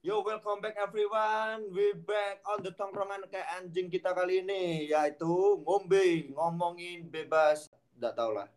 Yo, welcome back everyone. We back on the tongkrongan kayak anjing kita kali ini, yaitu ngomongin bebas. Nggak tahu lah.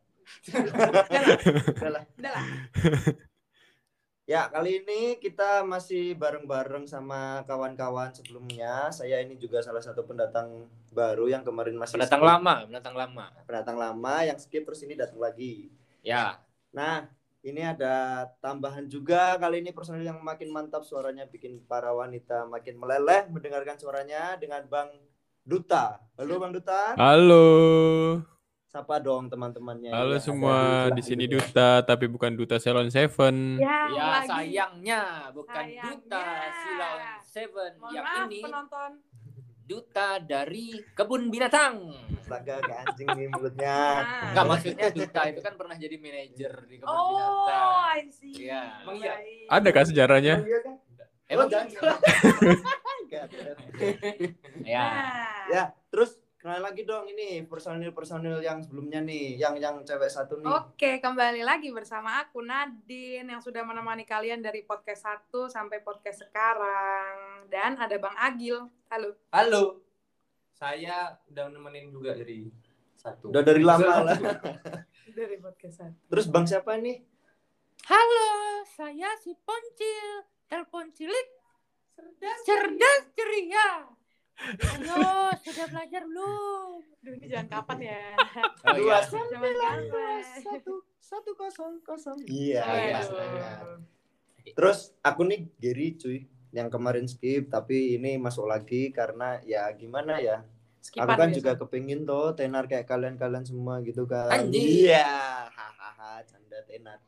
Udah lah. Ya, kali ini kita masih bareng-bareng sama kawan-kawan sebelumnya. Saya ini juga salah satu pendatang baru yang kemarin masih pendatang lama yang skip terus ini datang lagi. Ya. Nah, ini ada tambahan juga kali ini personil yang makin mantap suaranya, bikin para wanita makin meleleh mendengarkan suaranya dengan Bang Duta. Halo Bang Duta. Halo. Sapa dong teman-temannya. Halo semua, di sini Duta tapi bukan Duta Salon Seven. Ya sayangnya bukan Duta Salon Seven yang ini. Penonton. Duta dari kebun binatang. Astaga, kayak anjing nih mulutnya. Enggak, maksudnya Duta itu kan pernah jadi manajer di kebun binatang. Oh, I see. Iya. Emang iya. Ada kah sejarahnya? Emang Ya. Ya, terus kenal lagi dong ini personil yang sebelumnya nih, yang cewek satu nih. Oke, kembali lagi bersama aku Nadine yang sudah menemani kalian dari podcast 1 sampai podcast sekarang. Dan ada Bang Agil. Halo. Halo. Saya udah nemenin juga dari 1. Udah dari lama lah. Dari podcast 1. Terus Bang siapa nih? Halo, saya si Poncil. Telepon cilik. Cerdas ceria. Ayo, sudah belajar belum? Duh, ini jangan kapan ya? 29110. Iya. Terus aku nih Gary cuy, yang kemarin skip tapi ini masuk lagi karena ya gimana ya? Skipan aku kan biasa. juga kepingin tuh tenar kayak kalian semua gitu kan. Anjing. Iya, hahaha, canda tenar.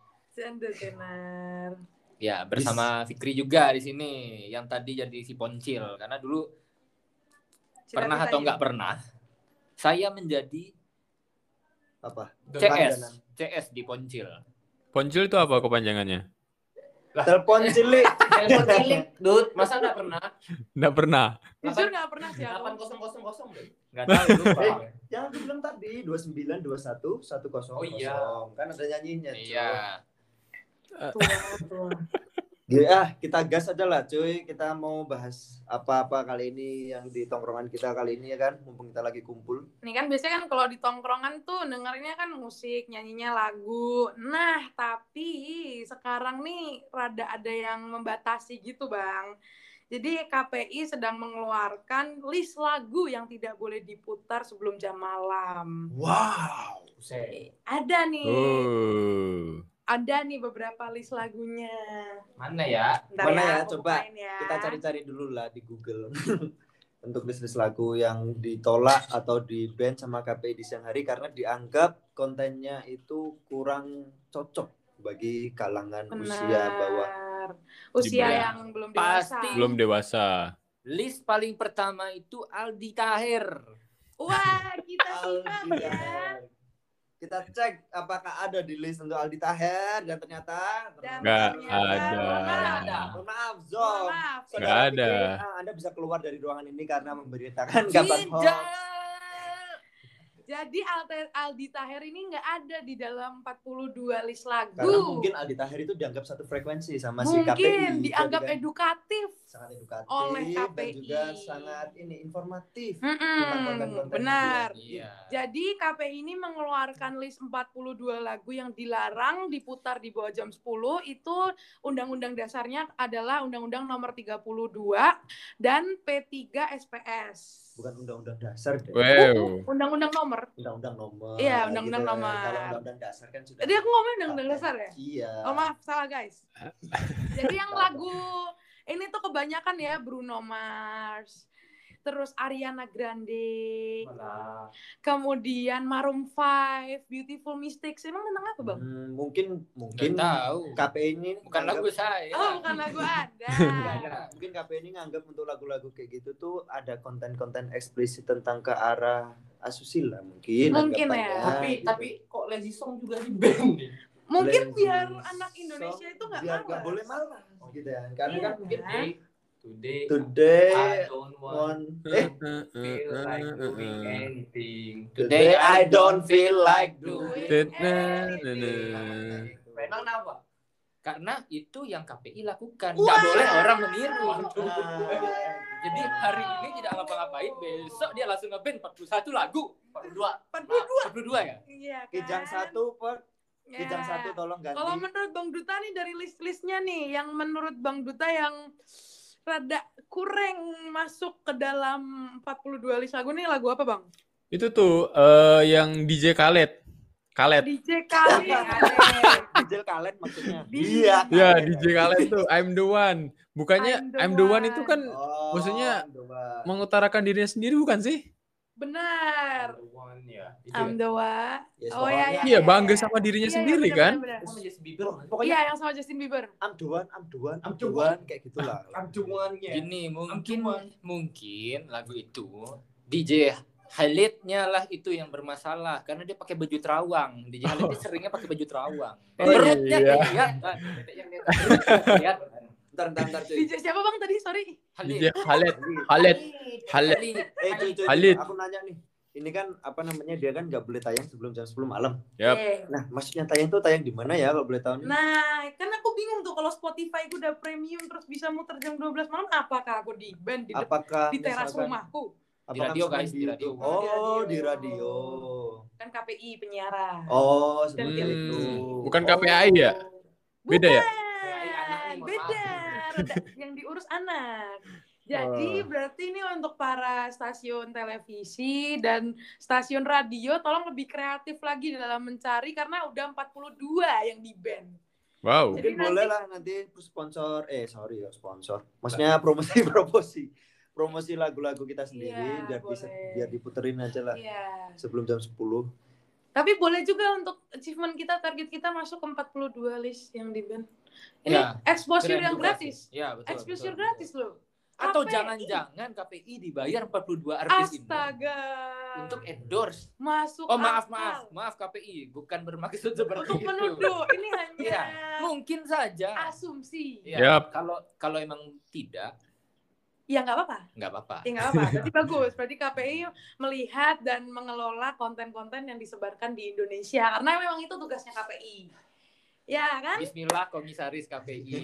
Ya, bersama Fikri juga di sini yang tadi jadi si Poncil karena dulu pernah atau enggak pernah saya menjadi Apa? CS di Poncil. Poncil itu apa kepanjangannya? Telepon cilik. Telepon cilik, Dut. Masa enggak pernah? Nggak pernah. Jujur nggak pernah sih aku. 8000 deh. Enggak tahu lupa. Yang aku bilang tadi 292110. Oh iya. Kan ada nyanyinya. Iya. Tua. Ya, kita gas aja lah cuy. Kita mau bahas apa-apa kali ini yang di tongkrongan kita kali ini ya kan. Mumpung kita lagi kumpul. Nih kan biasanya kan kalau di tongkrongan tuh dengerinnya kan musik, nyanyinya lagu. Nah, tapi sekarang nih rada ada yang membatasi gitu, Bang. Jadi KPI sedang mengeluarkan list lagu yang tidak boleh diputar sebelum jam malam. Wow. Ada nih. Oh. Ada nih beberapa list lagunya. Mana ya? Bentar Mana ya? aku Coba bukain ya. kita cari-cari dulu lah di Google. Untuk list-list lagu yang ditolak atau di-ban sama KPI di siang hari karena dianggap kontennya itu kurang cocok bagi kalangan usia bawah. Usia Di yang belum dewasa. Pasti. Belum dewasa. List paling pertama itu Aldi Taher. Wah, kita Aldi simak ya. Taher. Kita cek apakah ada di list untuk Aldi Taher dan ternyata Nggak ada. Mohon maaf, Zom. Maaf. Saudara Nggak ada. Fikri, Anda bisa keluar dari ruangan ini karena memberitakan kabar hoax. Jadi Aldi Taher ini nggak ada di dalam 42 list lagu. Karena mungkin Aldi Taher itu dianggap satu frekuensi sama si KPI. Mungkin dianggap Jadi kan edukatif. sangat edukatif oleh dan KPI. juga sangat informatif. Benar. Iya. Jadi KPI ini mengeluarkan list 42 lagu yang dilarang diputar di bawah jam 10. Itu undang-undang dasarnya adalah Undang-Undang Nomor 32 dan P3 SPS. Bukan undang-undang dasar deh. Wow. Undang-undang nomor. Undang-undang nomor. Iya, undang-undang gitu. nomor. Kalau undang-undang dasar kan sudah. Jadi aku ngomong undang-undang dasar ya? Iya. Oh maaf, salah guys. Jadi yang lagu ini tuh kebanyakan ya Bruno Mars, terus Ariana Grande, kemudian Maroon 5, Beautiful Mistakes. Emang tentang apa, Bang? Mungkin Nggak tahu. KPI ini Bukan lagu saya. Oh, bukan lagu ada. Mungkin KPI ini nganggap untuk lagu-lagu kayak gitu tuh ada konten-konten eksplisit tentang ke arah asusila mungkin. Mungkin anggapannya. ya. Tapi kok lazy song juga di band nih? Mungkin Lazy biar anak Indonesia itu nggak biar nggak malas. boleh malas gitu ya. Karena kan mungkin Today I I don't want feel like doing anything. Today I don't feel like doing. Nah. Memang apa? Karena itu yang KPI lakukan. Nggak boleh orang meniru. Jadi hari ini tidak ngapa-ngapain, besok dia langsung nge-ban 41 lagu. 42 ya? Iya kan? Kijang 1 per Ya. Kijang 1 tolong ganti. Kalau menurut Bang Duta nih dari list-listnya nih, yang menurut Bang Duta yang rada kurang masuk ke dalam 42 list lagu nih lagu apa Bang? Itu tuh yang DJ Khaled. DJ Khaled. DJ Khaled maksudnya. Iya. Ya, DJ Khaled tuh I'm the one. Bukannya I'm the one itu kan Oh, maksudnya coba. mengutarakan dirinya sendiri bukan sih? Benar. Ya. Itu I'm the one. Yes, Oh pokoknya. ya. Iya, bangga sama dirinya Iya, sendiri benar, kan? benar, benar. sama Justin Bieber. Pokoknya Iya, yang sama Justin Bieber. I'm the I'm the one, kayak gitulah. Amcuannya. Gini, mungkin lagu itu DJ Khaled-nya lah itu yang bermasalah karena dia pakai baju terawang. DJ Khaled dia seringnya pakai baju terawang. Oh, Perutnya iya. kelihatan. Kelihatan. Bentar cuy. DJ siapa Bang tadi? Sorry. DJ Khaled. Khaled. Cuy. Khalid. Aku nanya nih. Ini kan apa namanya, dia kan nggak boleh tayang sebelum jam 10 malam. Yap. Nah, maksudnya tayang tuh tayang di mana ya kalau boleh tahu nih? Nah, kan aku bingung tuh kalau Spotify gue udah premium terus bisa muter jam 12 malam, apakah aku di band di, Apakah di teras misalkan- rumahku? apakah radio, misalkan guys, di di radio. YouTube? Oh, Di di radio. radio. Kan KPI penyiaran. Oh, seperti Dan- itu. Bukan KPI ya? Beda ya? Bukan, beda. Yang diurus anak. Jadi berarti ini untuk para stasiun televisi dan stasiun radio tolong lebih kreatif lagi dalam mencari karena udah 42 yang di band. Wow. Mungkin Jadi boleh nanti- lah nanti sponsor, sponsor. Maksudnya promosi lagu-lagu kita sendiri Iya, biar diputerin aja lah Iya. sebelum jam 10. Tapi boleh juga untuk achievement kita, target kita masuk ke 42 list yang di band. Ini Ya, exposure keren yang juga gratis. sih. Ya, betul. Exposure betul. gratis loh. Atau KPI. jangan-jangan KPI dibayar 42 artis ini Astaga. untuk endorse. Masuk Oh, maaf KPI, bukan bermaksud seperti Untuk itu. menuduh, ini hanya Iya, mungkin saja. asumsi. Ya, Yap. kalau emang tidak, Ya nggak apa-apa. nggak apa-apa. Ya nggak apa-apa. Berarti bagus. Berarti KPI melihat dan mengelola konten-konten yang disebarkan di Indonesia. Karena memang itu tugasnya KPI. Ya kan? Bismillah komisaris KPI.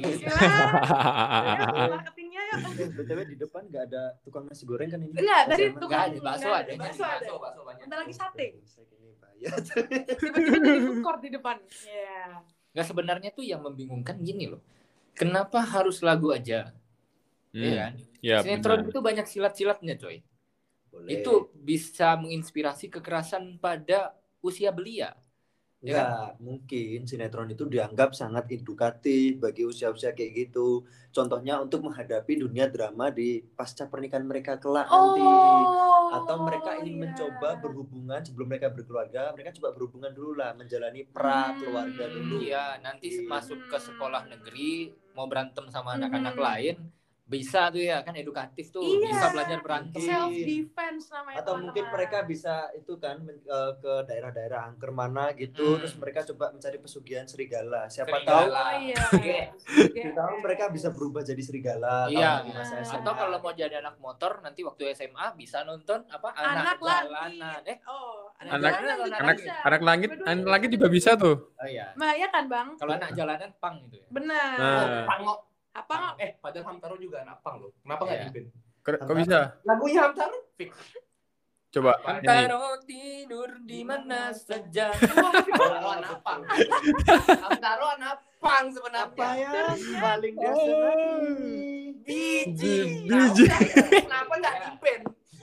Bismillah. Marketingnya yuk. BTW di depan nggak ada tukang nasi goreng kan ini? Enggak, dari Nasi tukang Nggak ada, bakso nggak ada. Bakso ada. Bakso banyak. Bentar lagi sate. Ini bahaya. Tiba-tiba jadi food court di depan. Iya. Nggak, sebenarnya tuh yang membingungkan gini loh. Kenapa harus lagu aja? Iya kan? Ya, Sinetron benar. itu banyak silat-silatnya, coy. Boleh. Itu bisa menginspirasi kekerasan pada usia belia. Enggak, mungkin sinetron itu dianggap sangat edukatif bagi usia-usia kayak gitu. Contohnya untuk menghadapi dunia drama di pasca pernikahan mereka kelak nanti. Atau mereka ingin iya. mencoba berhubungan sebelum mereka berkeluarga, mereka coba berhubungan dulu lah, menjalani keluarga dulu. Iya, nanti masuk ke sekolah negeri, mau berantem sama anak-anak Hmm. lain, bisa tuh ya, kan edukatif tuh, Iya. bisa belajar berantem. Self- Self defense namanya. Atau mungkin mereka bisa itu kan ke daerah-daerah angker mana gitu, terus mereka coba mencari pesugihan serigala. Siapa tahu Oh iya. siapa tahu mereka bisa berubah jadi serigala. Iya, tahun di masa SMA. atau kalau mau jadi anak motor nanti waktu SMA bisa nonton apa Anak jalanan. langit. Oh, Anak- jalanan juga Anak bisa. anak langit, Dua-duanya anak langit juga bisa tuh. Oh iya. Nah, ya kan, Bang? Kalau anak jalanan pang gitu ya. Benar. Nah. Pangok. Apa? Padahal Hamtaro juga anak pang loh. Kenapa nggak Iya. di band? Kok bisa? Lagunya Hamtaro fix. Coba ini. Hamtaro tidur di mana saja. Hamtaro anak pang. Hamtaro anak pang apa sebenarnya. yang paling dia senangi? Biji. Biji. Kenapa nggak di band?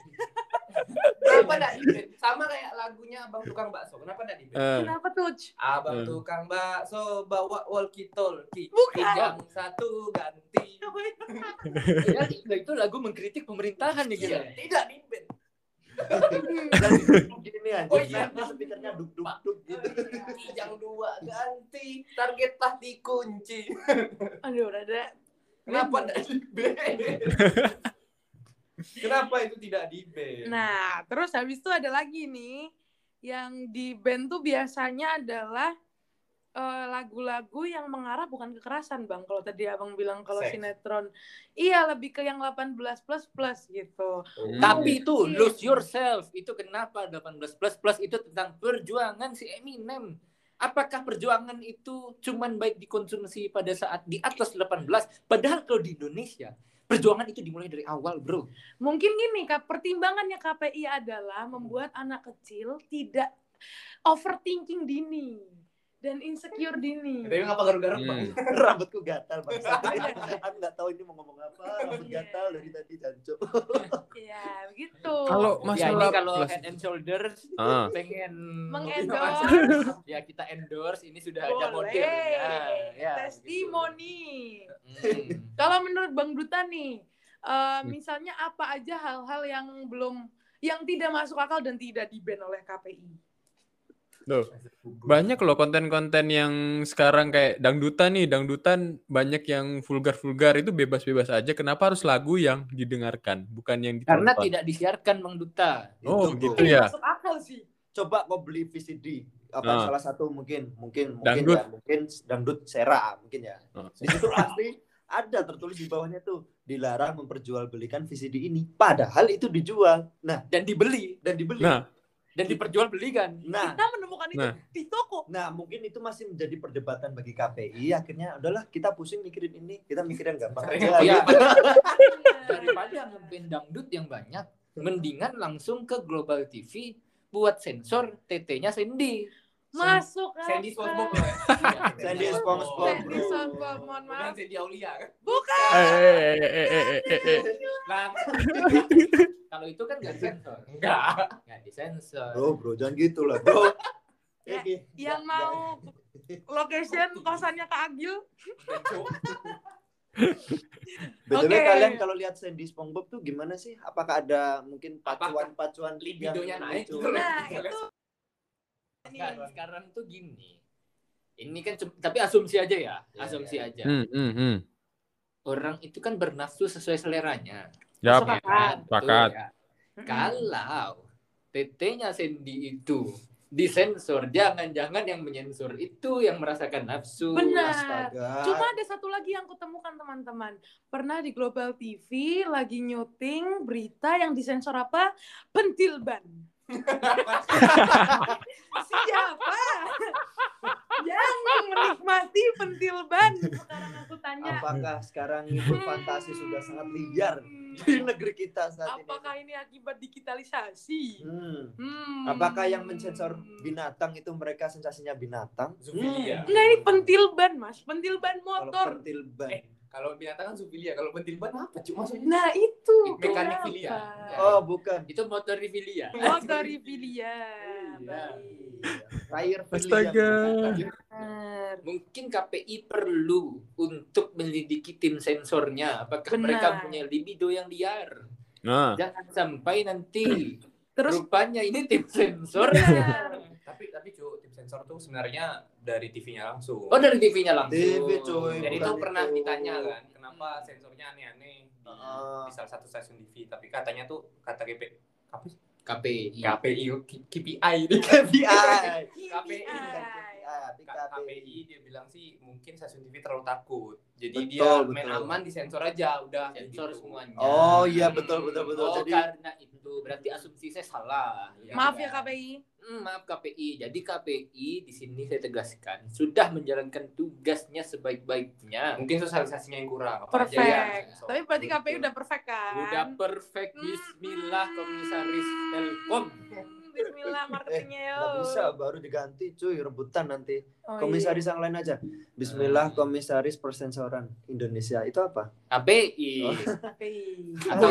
Kenapa nggak di band? Sama kayak lagunya Abang Tukang Bakso. Kenapa nggak di band? Kenapa tuh? Abang Tukang Bakso bawa walkie talkie. Bukan. Yang satu ganti. Ya, itu lagu mengkritik pemerintahan nih gitu. Tidak di band. Gini aja. Oh iya. Nanti speakernya duk duk duk gitu. Yang dua ganti. Target telah dikunci. Aduh, rada. Kenapa tidak di band? Kenapa itu tidak di band? Nah, terus habis itu ada lagi nih yang di band tuh biasanya adalah lagu-lagu yang mengarah bukan kekerasan, Bang. Kalau tadi Abang bilang kalau Seks. sinetron, iya lebih ke yang 18+ gitu. Tapi itu Iya. lose yourself. Itu kenapa 18+ itu tentang perjuangan si Eminem. Apakah perjuangan itu cuman baik dikonsumsi pada saat di atas 18? Padahal kalau di Indonesia, perjuangan itu dimulai dari awal, bro. Mungkin gini, pertimbangannya KPI adalah membuat anak kecil tidak overthinking dini dan insecure dini. Tapi ngapa garuk-garuk bang? Rambutku gatal bang. Aku nggak tahu ini mau ngomong apa. Rambut gatal dari tadi jancuk. Iya, begitu. Kalau Ya ini masalah kalau plus- Head and Shoulders Ah. pengen Mengendorse. ya kita endorse, ini sudah Boleh. ada modelnya. Ya, Testimoni. begitu. Kalau menurut Bang Duta nih, misalnya apa aja hal-hal yang tidak masuk akal dan tidak di-ban oleh KPI? Loh, banyak loh konten-konten yang sekarang kayak dangdutan banyak yang vulgar-vulgar itu bebas-bebas aja. Kenapa harus lagu yang didengarkan, bukan yang ditonton? Karena tidak disiarkan, Bang Duta. Oh, Itu, gitu Bro. ya. Masuk akal sih. Coba kau beli VCD Ah. salah satu mungkin Dangdut. ya, mungkin dangdut Sera mungkin ya. Ah. Di situ pasti ada tertulis di bawahnya tuh dilarang memperjualbelikan VCD ini. Padahal itu dijual. Dan dibeli Nah, dan diperjualbelikan. Nah, Kita menemukan itu Nah. di toko. mungkin itu masih menjadi perdebatan bagi KPI. Akhirnya udahlah kita pusing mikirin ini, kita mikirin yang gampang aja. Iya. gitu. Daripada ngeband dangdut yang banyak, mendingan langsung ke Global TV buat sensor TT-nya Sandy. Masuk Sandy akal. SpongeBob. Sandy SpongeBob. Sandy SpongeBob, mohon Bukan maaf. Sandy Aulia kan? Bukan. Nah, Kalau itu kan nggak disensor. enggak. Nggak disensor. Bro, jangan gitu lah, bro. Ya, Oke. Yang mau location kosannya Kak Agil. BTW Oke. kalian kalau lihat Sandy SpongeBob tuh gimana sih? Apakah ada mungkin Apakah pacuan libidonya yang naik? lucu? Nah, itu Kan sekarang tuh gini. Ini kan tapi asumsi aja ya, Ya, asumsi ya. aja. Orang Orang itu kan bernafsu sesuai seleranya. Yap, Masuk Ya akal. kan? Sepakat. Tuh, ya. Kalau TT-nya Sandy itu disensor, jangan-jangan yang menyensor itu yang merasakan nafsu. benar. Astaga. Cuma ada satu lagi yang kutemukan teman-teman. Pernah di Global TV lagi nyuting berita yang disensor apa? Pentil ban. Siapa yang menikmati pentil ban? Sekarang aku tanya. Apakah sekarang itu fantasi sudah sangat liar di negeri kita saat Apakah ini akibat digitalisasi? ini? Apakah yang mensensor binatang itu mereka sensasinya binatang? Zoofilia. Enggak, ini pentil ban, Mas. Pentil ban Kalau motor. pentil ban. Kalau binatang kan zoofilia, kalau pentil ban apa? Cuma maksudnya Nah, itu Mekanik kenapa? filia. Oh, bukan. Itu motorifilia. Motorifilia. Iya. Air Astaga. Benar. Mungkin KPI perlu untuk menyelidiki tim sensornya. Apakah Benar. mereka punya libido yang liar? Nah, Jangan sampai nanti Terus rupanya ini tim sensor. benar. tapi cu, tim sensor tuh sebenarnya dari TV-nya langsung. Oh, dari TV-nya langsung. TV, cuy. Jadi bukan itu pernah itu. ditanya kan, kenapa sensornya aneh-aneh Ah. di salah satu stasiun TV. Tapi katanya tuh kata apa sih? KPI. KPI, KPI ini. KPI. KPI. Tapi KPI dia bilang sih mungkin stasiun TV terlalu takut. Jadi Betul, dia main betul. aman di sensor aja, udah Sensor gitu. semuanya. Oh iya betul. Oh, Jadi karena itu berarti asumsi saya salah. Maaf kan? ya KPI. Maaf KPI. Jadi KPI di sini saya tegaskan sudah menjalankan tugasnya sebaik-baiknya. Mungkin sosialisasinya yang kurang. Apa Perfect. aja ya, sensor. Tapi berarti KPI Betul. udah perfect kan? Udah perfect. Bismillah Komisaris Telkom. Bismillah marketingnya yo. nggak bisa baru diganti cuy rebutan nanti. Oh, Komisaris yang lain aja. Bismillah Komisaris Persensoran Indonesia itu apa? KPI. Oh. iya. KPI. Atau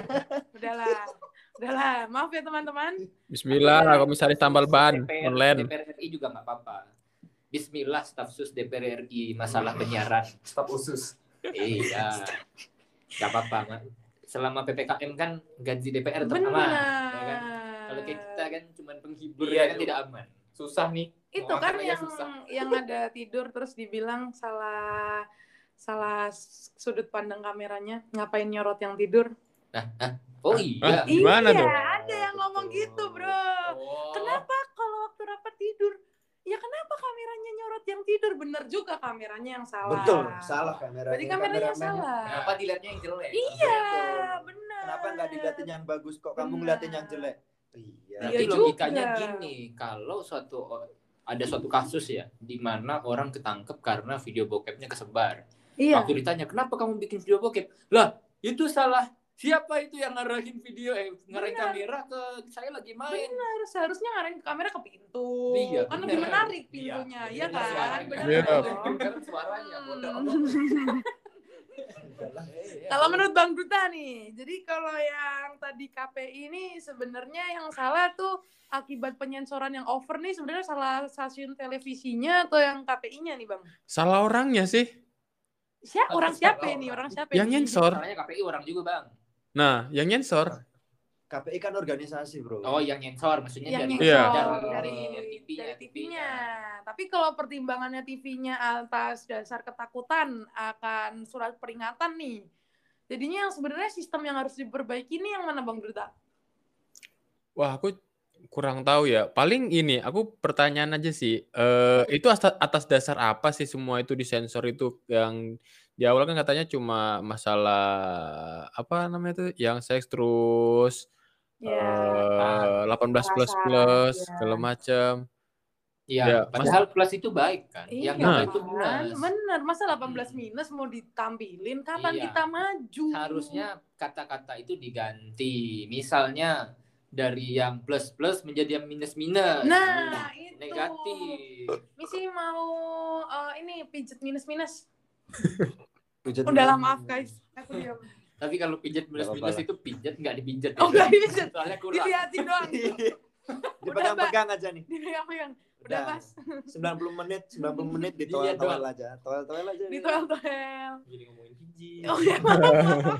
Udahlah. Maaf ya teman-teman. bismillah, komisaris tambal ban DPR, online. DPR RI juga nggak apa-apa. Bismillah staf sus DPR RI masalah penyiaran. Staf usus. Iya. Gak apa-apa. Mak. Selama PPKM kan gaji DPR tetap aman. Ya kan? Kalau kayak kita kan cuma penghibur Iya, kan Ju. tidak aman. Susah nih. Itu Mau kan makan aja yang susah. yang ada tidur terus dibilang salah sudut pandang kameranya. Ngapain nyorot yang tidur? Oh iya. Gimana iya, tuh? ada yang ngomong gitu, Bro. Oh. Kenapa kalau waktu rapat tidur? Ya kenapa kameranya nyorot yang tidur? Bener juga kameranya yang salah. Betul, salah kameranya. Berarti kameranya Kameramennya. salah. Kenapa dilihatnya yang jelek? Iya, benar. Kenapa nggak dilihatin yang bagus kok kamu Benar. ngeliatin yang jelek? Iya. Berarti Iya logikanya juga. gini, kalau suatu ada suatu kasus ya di mana orang ketangkep karena video bokepnya kesebar. Iya. Waktu ditanya, "Kenapa kamu bikin video bokep?" Lah, itu salah. Siapa itu yang ngarahin video ngarahin kamera ke saya lagi main? Benar, seharusnya ngarahin kamera ke pintu. Iya, Kan benar. lebih menarik pintunya, iya kan? Suaranya. Benar Iya. dong. Kan suaranya bodoh. Kalau menurut Bang Duta nih, jadi kalau yang tadi KPI ini sebenarnya yang salah tuh akibat penyensoran yang over nih sebenarnya salah stasiun televisinya atau yang KPI-nya nih Bang? Salah orangnya sih. Orang siapa ini? Orang siapa Yang ini? nyensor. Salahnya KPI orang juga, Bang. Nah, yang nyensor. KPI kan organisasi, Bro. Oh, yang nyensor maksudnya Yang dari nyensor dari dari TV-nya. Tapi kalau pertimbangannya TV-nya atas dasar ketakutan akan surat peringatan nih, jadinya yang sebenarnya sistem yang harus diperbaiki ini yang mana Bang Duta? Wah, aku kurang tahu ya. Paling ini, aku pertanyaan aja sih. Itu atas dasar apa sih semua itu disensor itu? Yang di awal kan katanya cuma masalah apa namanya tuh, yang seks terus Ya, 18 plus kekerasan, segala macam. Iya, Ya, padahal plus itu baik kan. iya Yang nggak baik itu kan? minus. Bener, masa 18 minus mau ditampilin, kapan Iya. kita maju? Harusnya kata-kata itu diganti. Misalnya dari yang plus menjadi yang minus. Nah, itu. Negatif. Misi mau ini pijet minus. Pijat Udah lah, dulu. maaf guys. Aku diam. Tapi kalau pijat minus Nggak apa-apa itu pijat nggak dipijat. Oh, nggak dipijat. Soalnya kurang. Dilihatin doang. Dipegang-pegang aja nih. Dipegang-pegang. Udah, Mas. 90 menit Dilihat ditoel-toel doang. aja. Toel-toel aja. nih. Ditoel-toel. Jadi ngomongin pijit. Oh ya, maaf.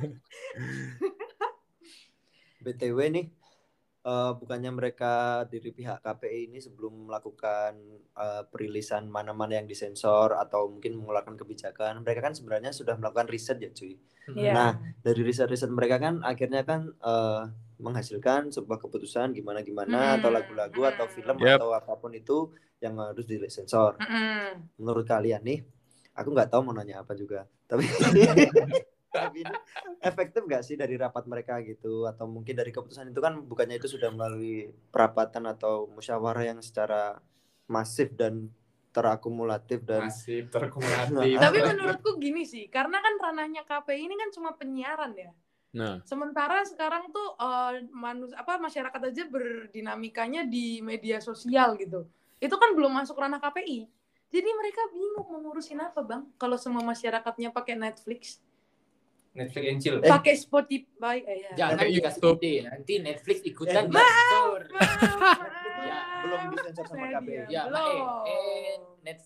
BTW nih, bukannya mereka dari pihak KPI ini sebelum melakukan perilisan mana-mana yang disensor atau mungkin mengeluarkan kebijakan, mereka kan sebenarnya sudah melakukan riset ya cuy. Iya. Nah, dari riset-riset mereka kan akhirnya kan menghasilkan sebuah keputusan gimana-gimana atau lagu-lagu atau film Yap. atau apapun itu yang harus disensor. Mm-mm. Menurut kalian nih, aku nggak tahu mau nanya apa juga, tapi tapi ini efektif nggak sih dari rapat mereka gitu, atau mungkin dari keputusan itu kan bukannya itu sudah melalui perapatan atau musyawarah yang secara masif dan terakumulatif dan Masih terkumulatif. Tapi menurutku gini sih, karena kan ranahnya KPI ini kan cuma penyiaran ya. Nah, Sementara sekarang tuh masyarakat aja berdinamikanya di media sosial gitu. Itu kan belum masuk ranah KPI. Jadi mereka bingung mau ngurusin apa, Bang? Kalau semua masyarakatnya pakai Netflix, Netflix and chill. pakai Spotify, ya. Jangan Pakai dikasih YouTube. ide, nanti Netflix ikutan Maaf, disensor. Ya, belum disensor sama saya KPI. diam. Ya, Belum.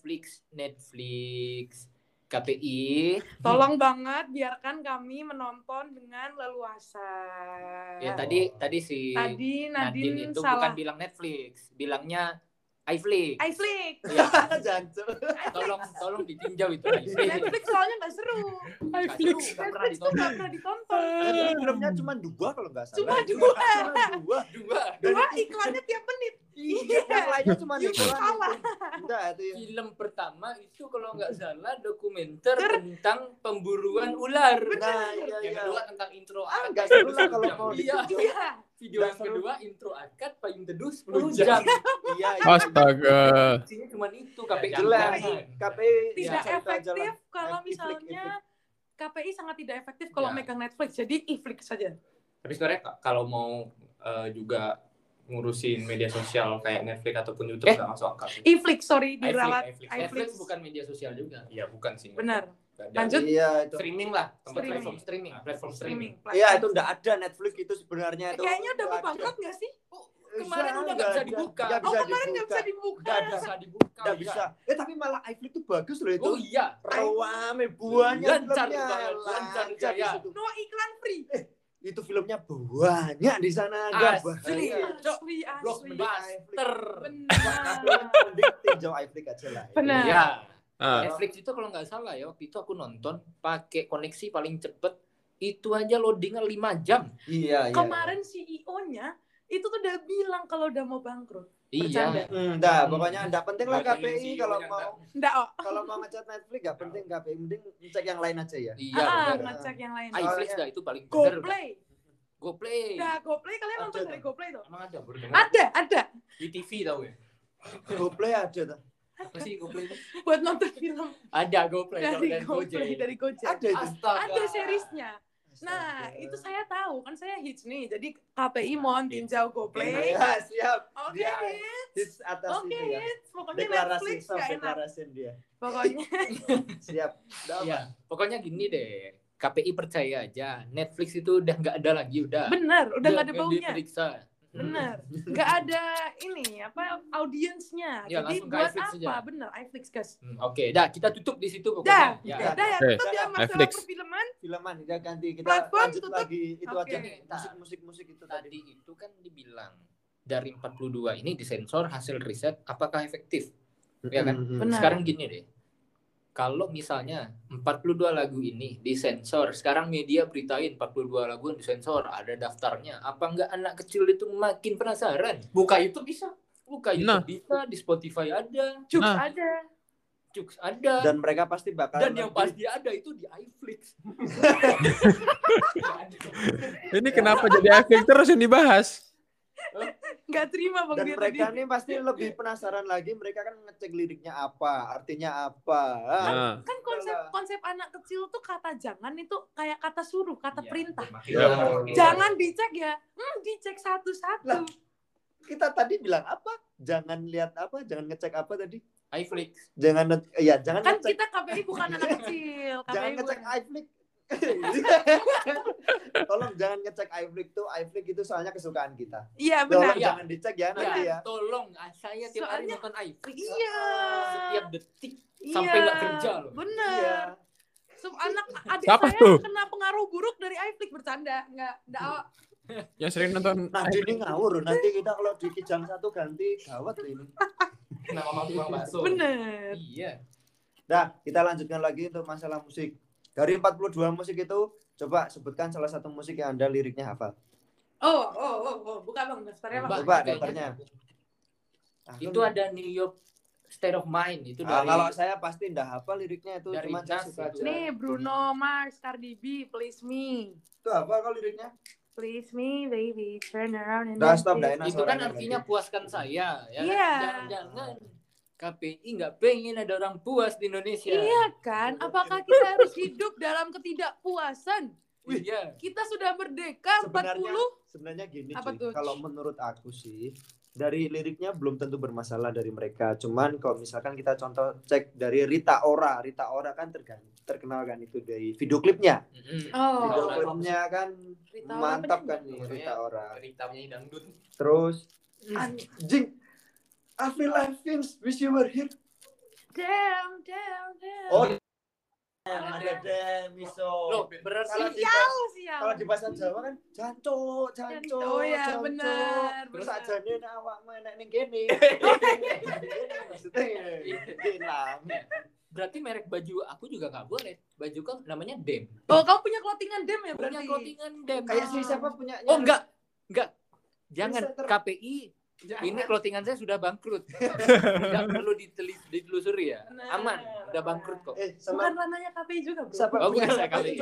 Netflix KPI. Tolong banget biarkan kami menonton dengan leluasa. Ya tadi si Tadi Nadine itu salah. bukan bilang Netflix, bilangnya iFlix. iFlix. Ya, Jancu. tolong ditinjau itu iFlix. Netflix soalnya nggak seru. iFlix. Nggak pernah Netflix tuh ditonton. nggak pernah ditonton. Tapi filmnya cuma 2 kalau nggak salah. Cuma 2. Cuma 2. Dua. Dua iklannya tiap menit. Iya, yang lainnya cuma YouTube iklan. kalah. Enggak, itu ya. Film pertama itu kalau nggak salah dokumenter tentang pemburuan ular. Nah, iya, Yang iya. kedua tentang intro Ah, akad. nggak seru lah kalau mau Iya. ditunjuk. Iya. Video yang Nggak seru. kedua intro akad payung teduh 10 10 jam. Iya, iya. astaga. Isinya cuma itu KPI. Jelek. Jangan. KPI Tidak cerita aja efektif lah. kalau Iflik, misalnya KPI sangat tidak efektif kalau Ya. megang Netflix. Jadi iFlix saja. Tapi sebenarnya kalau mau juga ngurusin media sosial kayak Netflix ataupun YouTube nggak masuk akal sih. iFlix, sorry, diralat. Netflix bukan media sosial juga. Iya, bukan sih. Benar. Nggak ada. Lanjut. Iya, itu. Streaming lah, tempat Streaming. platform streaming, platform streaming. Iya, itu enggak ada Netflix itu sebenarnya itu. Kayaknya udah mau nggak ada. bangkrut nggak sih? Kemarin udah nggak bisa dibuka. Nggak Oh, bisa kemarin nggak bisa dibuka. dibuka. Nggak Nggak bisa dibuka. Nggak bisa. Tapi malah iFlix itu bagus loh itu. Oh iya. Rame banyak Lancar filmnya. banget, lancar di jaya. situ. No iklan free. Itu filmnya banyak di sana. Nggak Asli. bahaya. Asli, asli. Blockbuster. Benar. Mending tinjau iFlix aja lah. Benar. Iya. Ah, Netflix itu kalau nggak salah ya waktu itu aku nonton pakai koneksi paling cepet itu aja loadingnya 5 jam. Iya, iya. Kemarin CEO-nya itu tuh udah bilang kalau udah mau bangkrut. Bercanda. Iya. Enggak, pokoknya enggak penting lah Nggak pengen KPI sih, kalau banyak mau Nggak, oh. kalau mau ngecat Netflix enggak penting KPI, mending ngecek yang lain aja ya. Iya, benar. Ngecek yang lain. iFlix dah itu paling bener. GoPlay. GoPlay. Nah, GoPlay kalian Ada nonton tuh. dari GoPlay tuh? Emang ada, baru dengar. Ada. Di TV tau ya. GoPlay ada tuh. Masih GoPlay. Buat nonton film Ada GoPlay kalau dari dari Gojek. GoPlay, dari Gojek. Ada itu. Astaga. Ada seriesnya. Nah, Astaga. itu saya tahu, kan saya hits nih. Jadi KPI mohon tinjau GoPlay. Ya, siap. Oke, Dia hits. hits atas Oke, itu ya. hits. Pokoknya Deklarasi, Netflix self gak enak. deklarasi dia. Pokoknya. Siap. Udah apa? Ya, pokoknya gini deh. KPI percaya aja, Netflix itu udah nggak ada lagi, udah. Bener, udah nggak ada nggak baunya. diperiksa. Bener. Nggak ada ini, apa, audiensnya. Ya, Jadi langsung ke buat iFlix apa? aja. Bener, iFlix, guys. Oke, dah kita tutup di situ Dah, pokoknya. Ya. dah ya, Oke. tutup ya masalah Netflix. perfilman. Filman kita ganti, kita Platform lanjut tutup. lagi itu Oke. aja. Musik itu Tadi tadi. itu kan dibilang dari 42 ini disensor hasil riset apakah efektif? Ya kan? Benar. Sekarang gini deh. Kalau misalnya 42 lagu ini disensor, sekarang media beritain 42 lagu yang disensor, ada daftarnya. Apa enggak anak kecil itu makin penasaran? Buka YouTube bisa. Buka YouTube bisa, di Spotify ada, Cuk Nah. ada. Jux ada. Dan mereka pasti bakal Dan yang pasti ada itu di iFlix. Ini kenapa jadi efek terus yang dibahas? Nggak terima Bang dan dia mereka tadi. nih pasti lebih penasaran lagi, mereka kan ngecek liriknya apa, artinya apa. Nah, Kan konsep anak kecil tuh kata jangan itu kayak kata suruh, kata Iya, perintah. Ya. Jangan dicek ya. Dicek satu-satu. Lah, kita tadi bilang apa? Jangan lihat apa? Jangan ngecek apa tadi? iFlix. Jangan jangan Kan ngecek. kita KPI bukan anak kecil. Jangan KPI ngecek bukan. iFlix. Tolong jangan ngecek iFlix tuh. iFlix itu soalnya kesukaan kita. Iya Tolong benar. Iya. jangan dicek ya nanti ya. Tolong, saya tiap hari Soalnya- nonton iFlix. Iya. Setiap detik Iya. sampai nggak kerja loh. Bener. Iya. Anak adik Siapa saya tuh? kena pengaruh buruk dari iFlix, bercanda. Nggak. yang sering nonton Nah, ini ngawur. Nanti kita kalau di Kijang satu ganti gawat ini. Nama Mang Tukang Bakso. Bener. Iya. Nah, kita lanjutkan lagi untuk masalah musik. Dari 42 musik itu, coba sebutkan salah satu musik yang Anda liriknya hafal. Oh. Buka Bang, daftarnya Bang. Mbak, Coba kayaknya daftarnya. Nah, Itu ada New York State of Mind itu Nah, dari kalau saya pasti enggak hafal liriknya itu, dari cuma saya Nas suka itu. aja. Nih, Bruno Mars, Cardi B, Please Me. Itu apa kalau liriknya? Please me, baby, turn around and Udah, dance stop, it. dah, enak. itu kan suaranya artinya puaskan saya ya. Iya. Kan? Jangan KPI nggak pengen ada orang puas di Indonesia. Iya kan? Apakah kita harus hidup dalam ketidakpuasan? Iya. Kita sudah merdeka 40. Sebenarnya gini, Apa cuy. tuh? Kalau menurut aku sih, dari liriknya belum tentu bermasalah dari mereka. Cuman kalau misalkan kita contoh cek dari Rita Ora kan terkenal kan itu dari video klipnya. Mm-mm. Oh. Video klipnya kan Rita Ora mantap penyanyi. kan nih Rita Ora. Cerita penyanyi dangdut. Terus An- anjing, Avril Lavigne, Wish You Were Here. Damn. Oh, ada Demiso. Loh, berarti Kalau di Sial. kalau di bahasa Jawa kan jancuk. Oh ya, benar. Terus benar. ajane nek awakmu enek ning kene. Maksudnya hilang. berarti merek baju aku juga nggak boleh. Baju kan namanya Dem. Oh, kamu punya clothingan Dem ya Punya berarti? clothingan Dem. Kayak si siapa punya? Oh enggak. Jangan Center. KPI. Jangan. Ini clothingan saya sudah bangkrut. Enggak perlu ditelusuri ya. Nah. Aman, udah bangkrut kok. Bukan Sama ranahnya KPI juga, Bro. siapa? Oh, bukan punya saya siapa KPI. itu?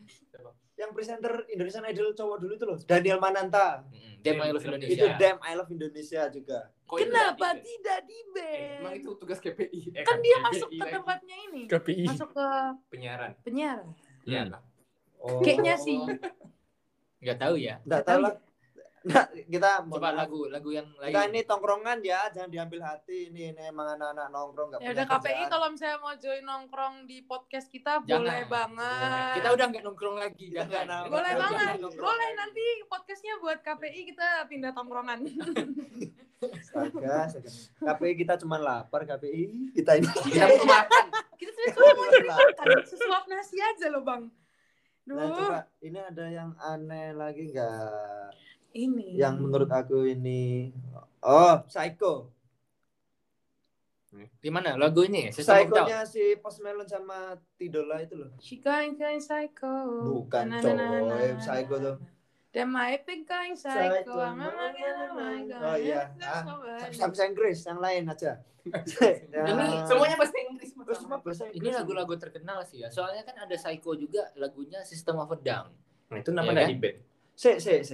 Yang presenter Indonesian Idol cowok dulu itu loh, Daniel Mananta. Dem I Love Indonesia. Itu Damn I Love Indonesia juga. Kok Kenapa itu tidak di ban? Emang itu tugas KPI. Kan dia KPI masuk ke lagi. tempatnya ini. KPI. Masuk ke penyiaran. penyiar. Iya. Hmm. Kak. Oh. Kayaknya sih. Nggak tahu ya. Enggak tahu lah. Nah, kita Coba lagu yang lain. kita ini tongkrongan ya, jangan diambil hati. Ini emang anak-anak nongkrong enggak Ya punya udah KPI kerjaan. kalau misalnya mau join nongkrong di podcast kita Jangan. boleh banget. Kita udah nggak nongkrong lagi. Jangan. Jangan. boleh Jangan banget. nongkrong Boleh lagi. nanti podcastnya buat KPI kita pindah tongkrongan. Astaga. KPI kita cuma lapar, KPI kita ini. Kita mau makan. Kita sebenarnya mau cari makan, sesuap nasi aja loh bang. Nah, Duh, coba ini ada yang aneh lagi enggak? ini. Yang menurut aku ini Psycho. Di mana lagu ini? System of Down. Psycho-nya si Post Malone sama Tidola itu loh. She going psycho. Bukan, Na, na, coy. na, na, na. Psycho tuh. Damn my epic going Psycho. psycho. I'm my God. Oh iya. Bahasa Inggris yang lain aja. Ini Semuanya bahasa Inggris. Terus semua bahasa Inggris. Ini lagu-lagu terkenal sih ya. Soalnya kan ada Psycho juga lagunya System of a Down. Nah, itu nama Iya dari kan? band. Se.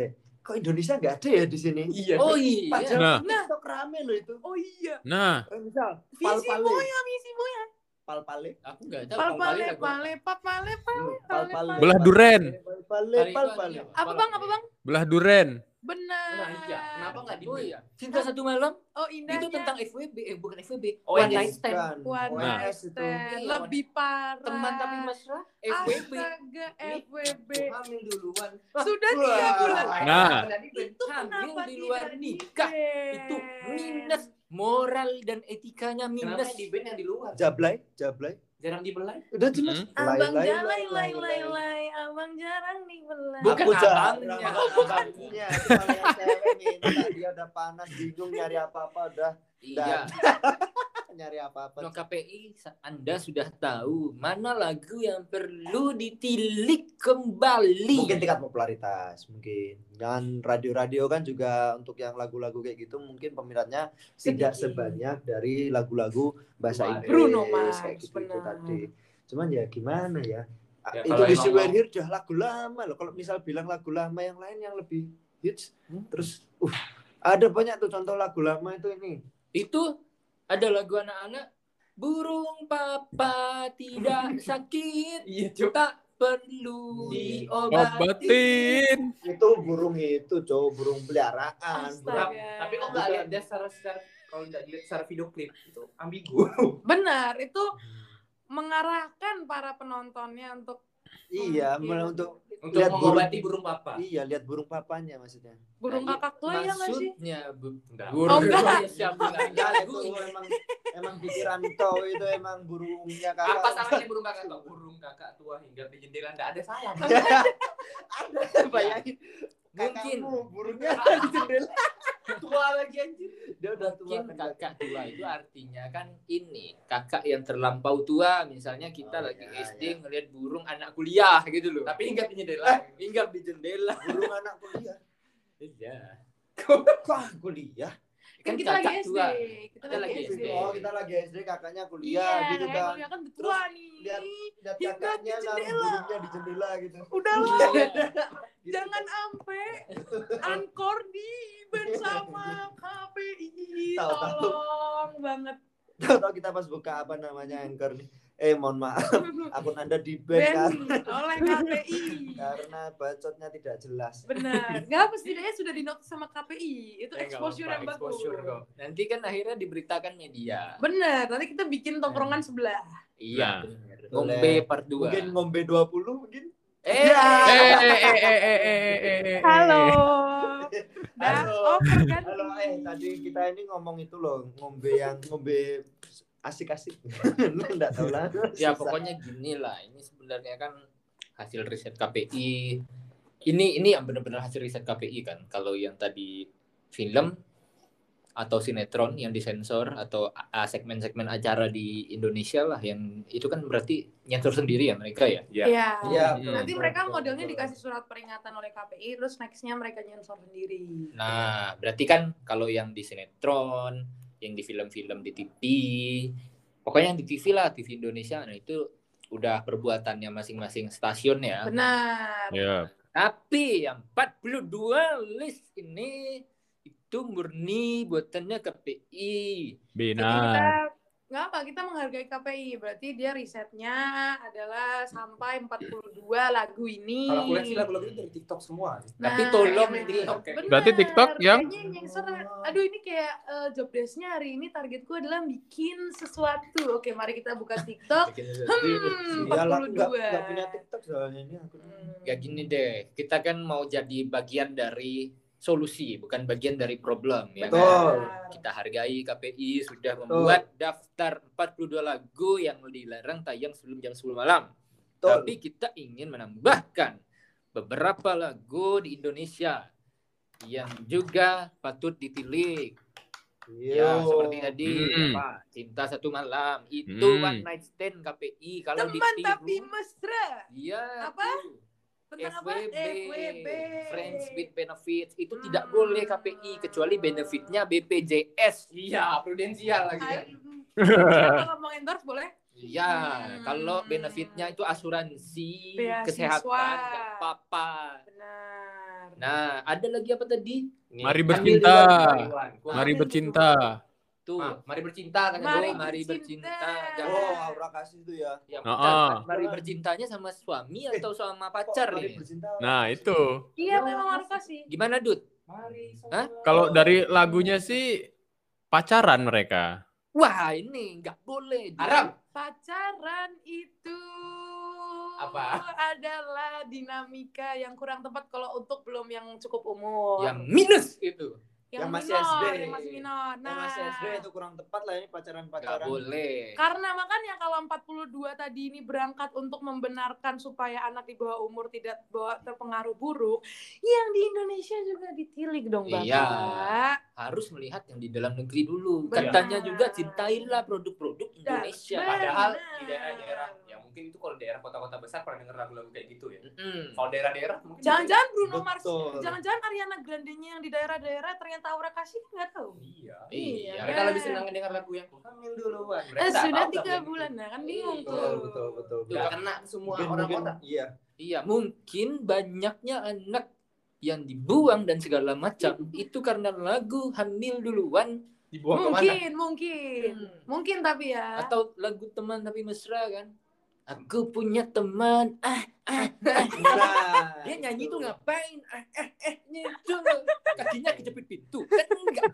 kok Indonesia nggak ada ya di sini? Iya. Oh iya. Padahal Nah. TikTok rame loh itu. Oh iya. Nah, Misal Visi pal-pale, Moya. pal-pale, Aku nggak tahu. Pal-pale, lagu apa. pale. pal-pale. Belah duren. Pal-pale. Apa bang? belah duren. Benar. Nah, iya. Kenapa nggak di Oh iya. Cinta Satu Malam Oh indahnya. itu tentang FWB, bukan FWB. Oh, One iya. Night Stand. One Nah. night ONS itu. stand. Iya, Lebih parah. Teman tapi mesra FWB. Astaga, FWB. Hamil duluan. Sudah Wah. 3 bulan. Nah. Itu Hamil kenapa di luar tidak nikah. di-ban? Itu minus moral dan etikanya Kenapa minus. di band yang di luar? Jablay. Jarang dibelai. Udah jelas. Abang jalai lay, abang jarang dibelai. Bukan Aku jarang, abangnya. abangnya. Cuma lihat cewek minta, dia udah panas, bingung nyari apa-apa, udah Iya. nyari apa-apa. No KPI, Anda sudah tahu mana lagu yang perlu ditilik kembali. Mungkin tingkat popularitas, mungkin. Dan radio-radio kan juga untuk yang lagu-lagu kayak gitu mungkin peminatnya tidak Sedikit. sebanyak dari lagu-lagu bahasa Bruno Inggris Bruno Mars, kayak gitu itu benar. tadi. Cuman ya gimana ya? Ya, Itu kalau di emang We're mau- Here udah lagu lama loh. Kalau misal bilang lagu lama yang lain yang lebih hits, terus ada banyak tuh contoh lagu lama itu ini. Itu ada lagu anak-anak, burung papa tidak sakit, Iya, Cuk. tak perlu diobati. Obatin. Itu burung itu, cowok burung peliharaan. Astaga. Tapi kok nggak lihat dia secara kalau nggak dilihat secara video klip itu ambigu. Benar, itu mengarahkan para penontonnya untuk Iya, malah untuk Untuk Lihat mengobati burung papa. iya lihat burung papanya maksudnya. burung Nah, kakak tua ya nggak sih? Maksudnya Enggak. Oh, enggak. Siapa Enggak, lagu itu emang pikiran kau itu emang burungnya kakak. Apa salahnya burung kakak tua? Burung kakak tua hingga di jendela enggak ada salah. Ada bayangin. Mungkin. Kakakmu burungnya ada di jendela. Tua lagi anjir. Dia udah tua. Mungkin kakak tua itu artinya kan ini kakak yang terlampau tua, misalnya kita Oh, lagi iya, SD ngelihat burung anak kuliah gitu loh, Tapi hingga di jendela. hinggap di jendela. Burung anak kuliah. Iya. Wah, kuliah. Kan Kan kita lagi kakak SD. tua. Kita Kita lagi lagi SD. SD. Oh, kita lagi SD, kakaknya Iya, kuliah gitu kakaknya kan. kuliah kan udah tua nih. Lihat Hinggap kakaknya di naruh jendela. burungnya di jendela gitu. Udahlah, Gitu. jangan ampe Ankor di ban sama KPI. Tahu-tahu. Tolong banget. Tahu-tahu kita pas buka apa namanya Anchor nih. Mohon maaf, akun Anda di-ban Ben oleh KPI. karena bacotnya tidak jelas. Benar. Nggak apa setidaknya sudah dinotis sama KPI. Itu Nggak exposure apa-apa, yang bagus. exposure kok. Nanti kan akhirnya diberitakan media. Benar. Nanti kita bikin tongkrongan sebelah. Iya, Nah. benar. Boleh. Ngombe part 2. Mungkin ngombe 20 mungkin. Halo. Halo. Perganti. Halo, tadi kita ini ngomong itu loh, ngombe asik-asik. Enggak tahu lah. Ya Susah. pokoknya gini lah, ini sebenarnya kan hasil riset KPI. Ini yang benar-benar hasil riset KPI kan. Kalau yang tadi film atau sinetron yang disensor atau segmen-segmen acara di Indonesia lah yang itu kan berarti nyensor sendiri ya mereka ya. Iya. Iya, Nanti betul, mereka betul, modelnya betul. dikasih surat peringatan oleh KPI, terus nextnya mereka nyensor sendiri. Nah, berarti kan kalau yang di sinetron, yang di film-film di TV, pokoknya yang di TV lah, TV Indonesia, nah itu udah perbuatannya masing-masing stasiun ya. Benar. Ya. Tapi yang 42 list ini itu murni buatannya KPI. Jadi kita Benar. nggak apa, kita menghargai KPI. Berarti dia risetnya adalah sampai 42 lagu ini. Kalau aku lihat sih lagu-lagu itu dari TikTok semua. Tapi tolong yang ini- TikTok. Bener. Berarti TikTok yang- Kayaknya nyensor. Aduh ini kayak job desk-nya hari ini targetku adalah bikin sesuatu. Oke, mari kita buka TikTok. Iyalah, 42. nggak punya TikTok soalnya ini aku. Ya gini deh, kita kan mau jadi bagian dari solusi, bukan bagian dari problem ya. Betul. kan? Kita hargai KPI sudah membuat daftar 42 lagu yang dilarang tayang sebelum jam 10 malam. Betul. Tapi kita ingin menambahkan beberapa lagu di Indonesia yang juga patut ditilik. Ya, seperti tadi apa? Cinta Satu Malam itu One Night Stand KPI kalau Teman tapi ditiru. mesra. Iya. Apa? tuh. Tentang apa? FWB, Friends with Benefits itu tidak boleh KPI kecuali benefitnya BPJS. Iya, prudensial lagi kan. Kalau mau endorse boleh? Iya, kalau benefitnya itu asuransi Beasiswa. kesehatan nggak apa-apa. Benar. Nah, ada lagi apa tadi? Ini Mari Hamil bercinta. duluan. Wah, Mari bercinta. Tuh, mari bercinta kan. mari bercinta. Oh, aura kasih itu ya. Ya, Heeh. mari bercintanya sama suami atau sama pacar Mari nih? bercinta. Nah, itu. Iya, memang harus kasih. Gimana, Dut? Mari. Hah? Kalau dari lagunya sih pacaran mereka. Wah, ini nggak boleh. Haram. Pacaran itu Apa? adalah dinamika yang kurang tepat kalau untuk belum yang cukup umur. Yang minus itu. Yang masih minor, SD. yang masih minor. Yang masih SD itu kurang tepat lah ini Nggak pacaran-pacaran. boleh. Karena makanya kalau 42 tadi ini berangkat untuk membenarkan supaya anak di bawah umur tidak terpengaruh buruk, yang di Indonesia juga ditilik dong, Bapak. Iya. Harus melihat yang di dalam negeri dulu. Benar. Katanya juga cintailah produk-produk Indonesia. Benar. Padahal di daerah-daerah, ya mungkin itu kalau daerah kota-kota besar pernah denger lagu-lagu kayak gitu ya. Mm-mm. Kalau daerah-daerah mungkin Jangan-jangan Bruno Mars, Betul. jangan-jangan Ariana Grande-nya yang di daerah-daerah ternyata Aura Kasih nggak tahu. Iya. Iya. Mereka lebih senang dengar lagu yang hamil duluan. Mereka nggak Sudah tahu 3 tapi- bulan, nah kan bingung Iya. tuh. Betul. Nggak kena semua orang Mungkin, kota. iya. Iya, mungkin banyaknya anak yang dibuang dan segala macam itu karena lagu hamil duluan Dibuang kemana? Mungkin tapi ya. atau lagu teman tapi mesra kan. Aku punya teman, Nah, dia nyanyi itu. tuh ngapain? Itu kakinya kejepit pintu. Kan enggak.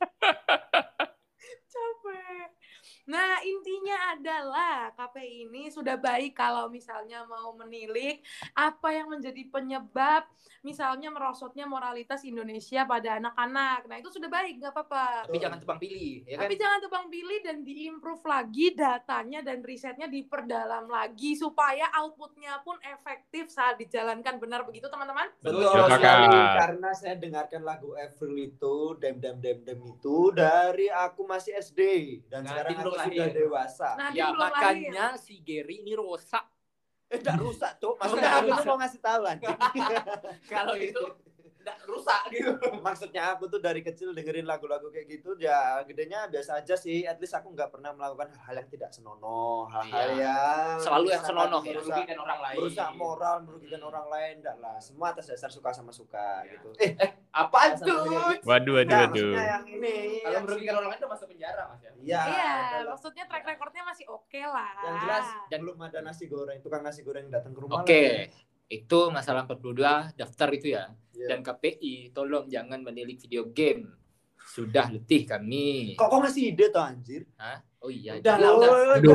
Capek. Nah, intinya adalah KPI ini sudah baik kalau misalnya mau menilik apa yang menjadi penyebab misalnya merosotnya moralitas Indonesia pada anak-anak. Nah, itu sudah baik, nggak apa-apa. Tapi jangan tebang pilih, ya kan? Tapi jangan tebang pilih dan diimprove lagi datanya dan risetnya diperdalam lagi supaya outputnya pun efektif saat dijalankan. Benar begitu, teman-teman? Betul Ya, sekali, Kakak. karena saya dengarkan lagu Avril itu dem itu dari aku masih SD dan Nanti sekarang aku belum sudah lahir. dewasa. Nah, Ya belum lahir. makanya si Gary ini rusak. Udah rusak tuh, maksudnya Udah aku tuh rusak. mau ngasih tahu anjing. Kalau itu nggak rusak gitu. Maksudnya aku tuh dari kecil dengerin lagu-lagu kayak gitu ya gedenya biasa aja sih, at least aku nggak pernah melakukan hal-hal yang tidak senonoh, hal-hal Iya. yang Selalu yang sangat senonoh ya, merusak- Merugikan orang lain. merusak moral, merugikan orang lain, enggak lah, semua atas dasar suka sama suka Iya. gitu. Apa Sama tuh? kayak gitu. Waduh. Enggak, maksudnya yang ini Kalau yang merugikan orang lain udah masuk penjara Mas ya. Iya, Iya, adalah- maksudnya track recordnya masih oke lah. yang jelas Dan- belum ada nasi goreng, tukang nasi goreng datang ke rumah. Oke, itu masalah 42 daftar itu ya. Iya. Dan KPI, tolong jangan menilik video game. Sudah letih kami. Kok ngasih ide tuh anjir? Hah? Oh iya. Udah jadi- lah, udah. Aduh.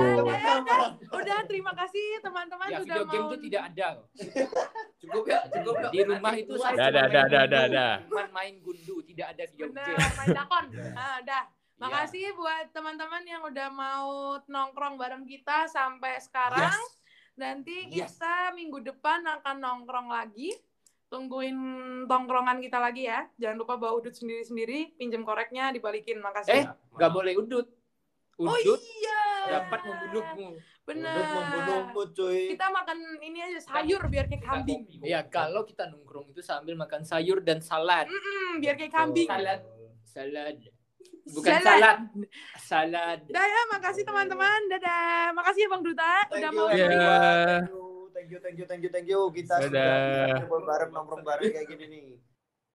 Udah, terima kasih teman-teman Ya, sudah video game mau. itu tidak ada. Cukup ya, cukup. Di rumah itu saya Dah, cuma dah, main dah, gundu. dah. Cuma main gundu, tidak ada video Bener, game. main dakon. Iya. Ah, dah. Makasih buat teman-teman yang udah mau nongkrong bareng kita sampai sekarang. Nanti Yes. kita minggu depan akan nongkrong lagi. Tungguin tongkrongan kita lagi ya. Jangan lupa bawa udut sendiri-sendiri, pinjem koreknya, dibalikin. Makasih. Gak boleh udut. Oh Udut iya. dapat membunuhmu. Bener. Untuk membunuhmu cuy. Kita makan ini aja sayur biar kayak kambing. Ya, kalau kita nongkrong itu sambil makan sayur dan salad. Biar kayak kambing. Salad. Bukan Salad. salad. Dah ya, makasih teman-teman. Dadah. Makasih ya Bang Duta udah mau you. join. Iya. Thank you. Kita Dadah. sudah bisa bareng nongkrong bareng kayak gini nih.